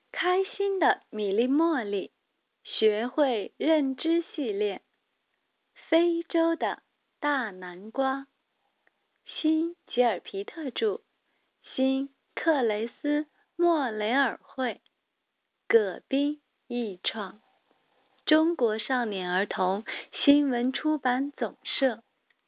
开心的米粒茉莉学会认知系列，非洲的大南瓜，新吉尔皮特著，新克雷斯莫雷尔绘，葛斌译创，中国少年儿童新闻出版总社。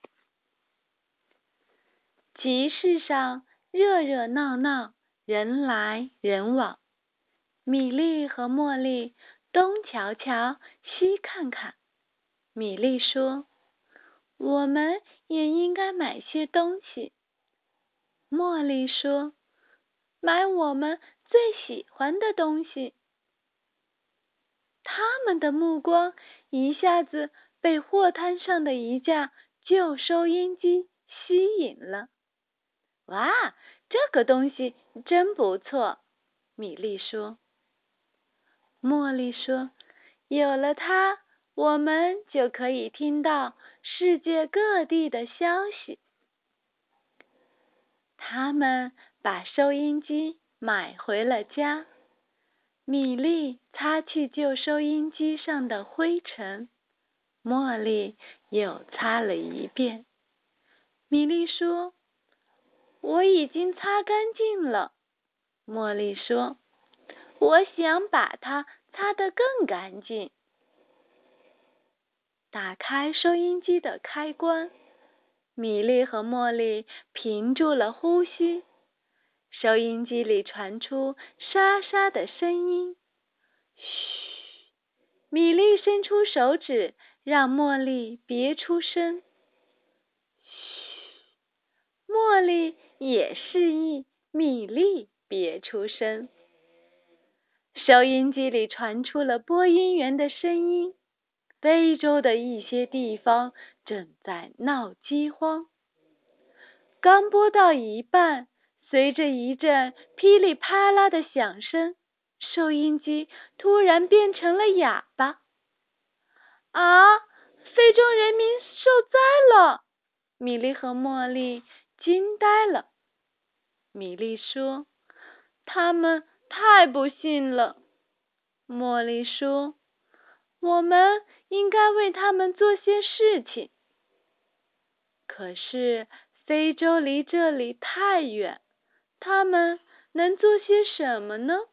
集市上热热闹闹，人来人往。米粒和茉莉东瞧瞧，西看看。米粒说：“我们也应该买些东西。”茉莉说：“买我们最喜欢的东西。”他们的目光一下子被货摊上的一架旧收音机吸引了。哇，这个东西真不错，米粒说。茉莉说：“有了它，我们就可以听到世界各地的消息。”他们把收音机买回了家。米粒擦去旧收音机上的灰尘，茉莉又擦了一遍。米粒说：“我已经擦干净了。”茉莉说：“我想把它擦得更干净。”打开收音机的开关，米粒和茉莉屏住了呼吸。收音机里传出沙沙的声音。嘘！米粒伸出手指，让茉莉别出声。嘘！茉莉也示意米粒别出声。收音机里传出了播音员的声音。非洲的一些地方正在闹饥荒。刚播到一半，随着一阵噼里啪啦的响声，收音机突然变成了哑巴。啊！非洲人民受灾了！米粒和茉莉惊呆了。米粒说：“他们太不幸了。”茉莉说：“我们应该为他们做些事情。”可是非洲离这里太远，他们能做些什么呢？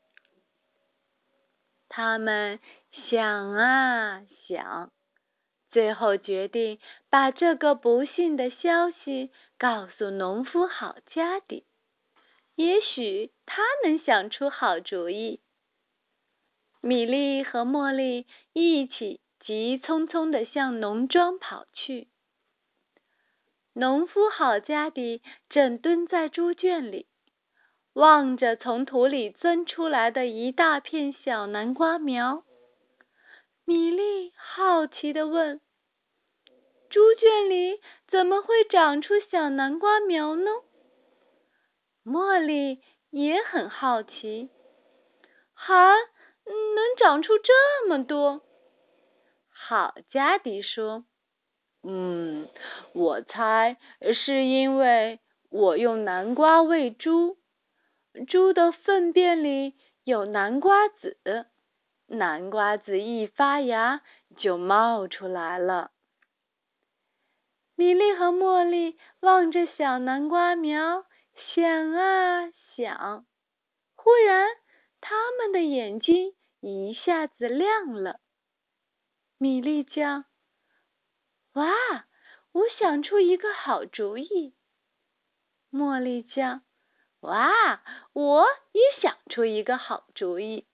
他们想啊想，最后决定把这个不幸的消息告诉农夫好家底，也许他能想出好主意。米粒和茉莉一起急匆匆地向农庄跑去。农夫好家底正蹲在猪圈里，望着从土里钻出来的一大片小南瓜苗。米粒好奇地问：“猪圈里怎么会长出小南瓜苗呢？”茉莉也很好奇，还能长出这么多？好家底说：“我猜是因为我用南瓜喂猪，猪的粪便里有南瓜籽，南瓜籽一发芽就冒出来了。”米粒和茉莉望着小南瓜苗，想啊想，忽然他们的眼睛一下子亮了。米粒叫：“哇！我想出一个好主意。”茉莉叫：“哇！我也想出一个好主意。”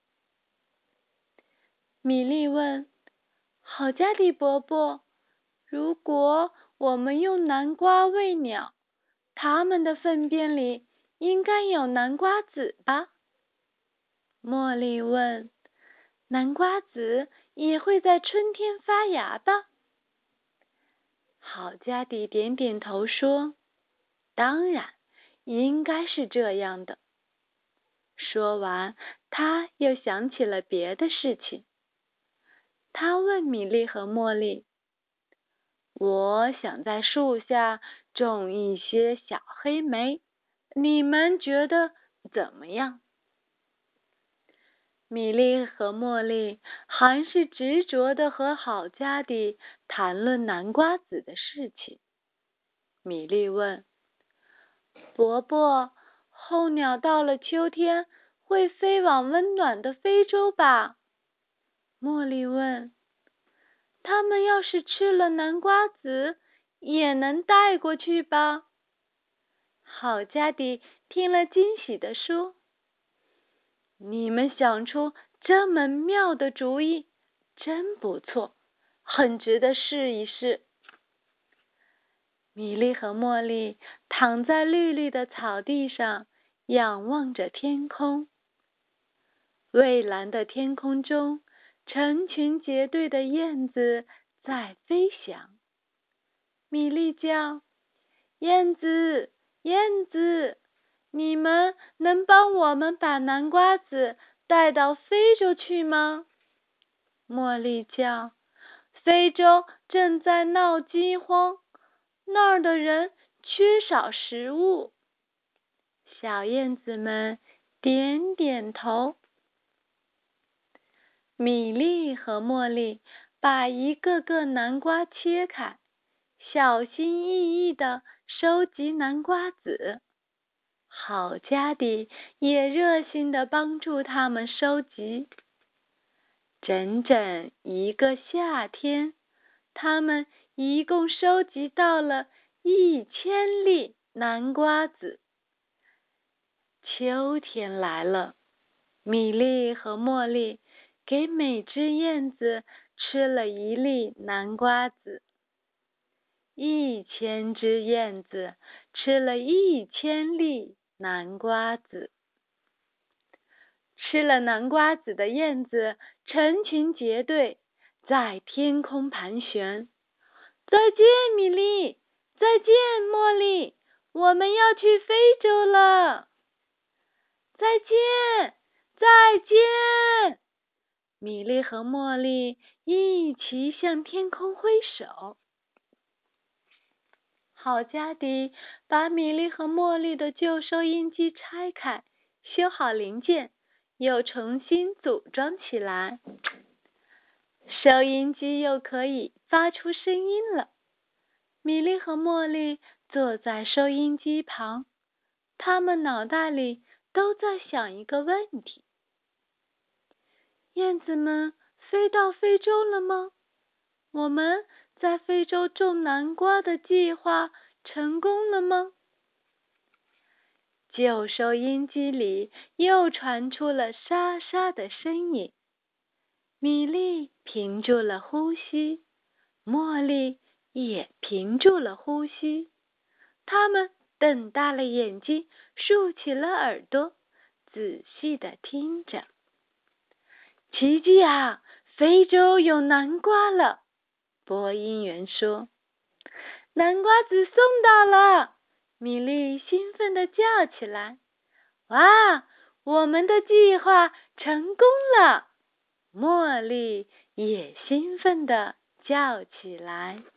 米粒问：“好家底伯伯，如果我们用南瓜喂鸟，它们的粪便里应该有南瓜籽吧？”茉莉问：“南瓜籽也会在春天发芽吧？”好家底点点头说：“当然，应该是这样的。”说完，他又想起了别的事情。他问米粒和茉莉：“我想在树下种一些小黑莓，你们觉得怎么样？” 米莉和茉莉还是执着地和好家弟谈论南瓜子的事情。米莉问：“伯伯，候鸟到了秋天会飞往温暖的非洲吧？”茉莉问：“它们要是吃了南瓜子，也能带过去吧？”好家弟听了惊喜地说：“你们想出这么妙的主意，真不错，很值得试一试。”米莉和茉莉躺在绿绿的草地上，仰望着天空。蔚蓝的天空中，成群结队的燕子在飞翔。米莉叫：“燕子，燕子，你们能帮我们把南瓜子带到非洲去吗？”茉莉叫：“非洲正在闹饥荒，那儿的人缺少食物。”小燕子们点点头。米莉和茉莉把一个个南瓜切开，小心翼翼地收集南瓜子。好家弟也热心地帮助他们收集。整整一个夏天，他们一共收集到了1000粒南瓜子。秋天来了，米莉和茉莉给每只燕子吃了1粒南瓜子。1000只燕子吃了1000粒南瓜子。吃了南瓜子的燕子成群结队，在天空盘旋。再见，米莉！再见，茉莉！我们要去非洲了！再见，再见！米莉和茉莉一起向天空挥手。好家弟把米莉和茉莉的旧收音机拆开，修好零件，又重新组装起来。收音机又可以发出声音了。米莉和茉莉坐在收音机旁，他们脑袋里都在想一个问题：燕子们飞到非洲了吗？我们在非洲种南瓜的计划成功了吗？旧收音机里又传出了沙沙的声音。米莉屏住了呼吸，茉莉也屏住了呼吸。他们瞪大了眼睛，竖起了耳朵，仔细地听着。奇迹啊！非洲有南瓜了！播音员说。南瓜子送到了！米莉兴奋地叫起来。哇，我们的计划成功了！茉莉也兴奋地叫起来。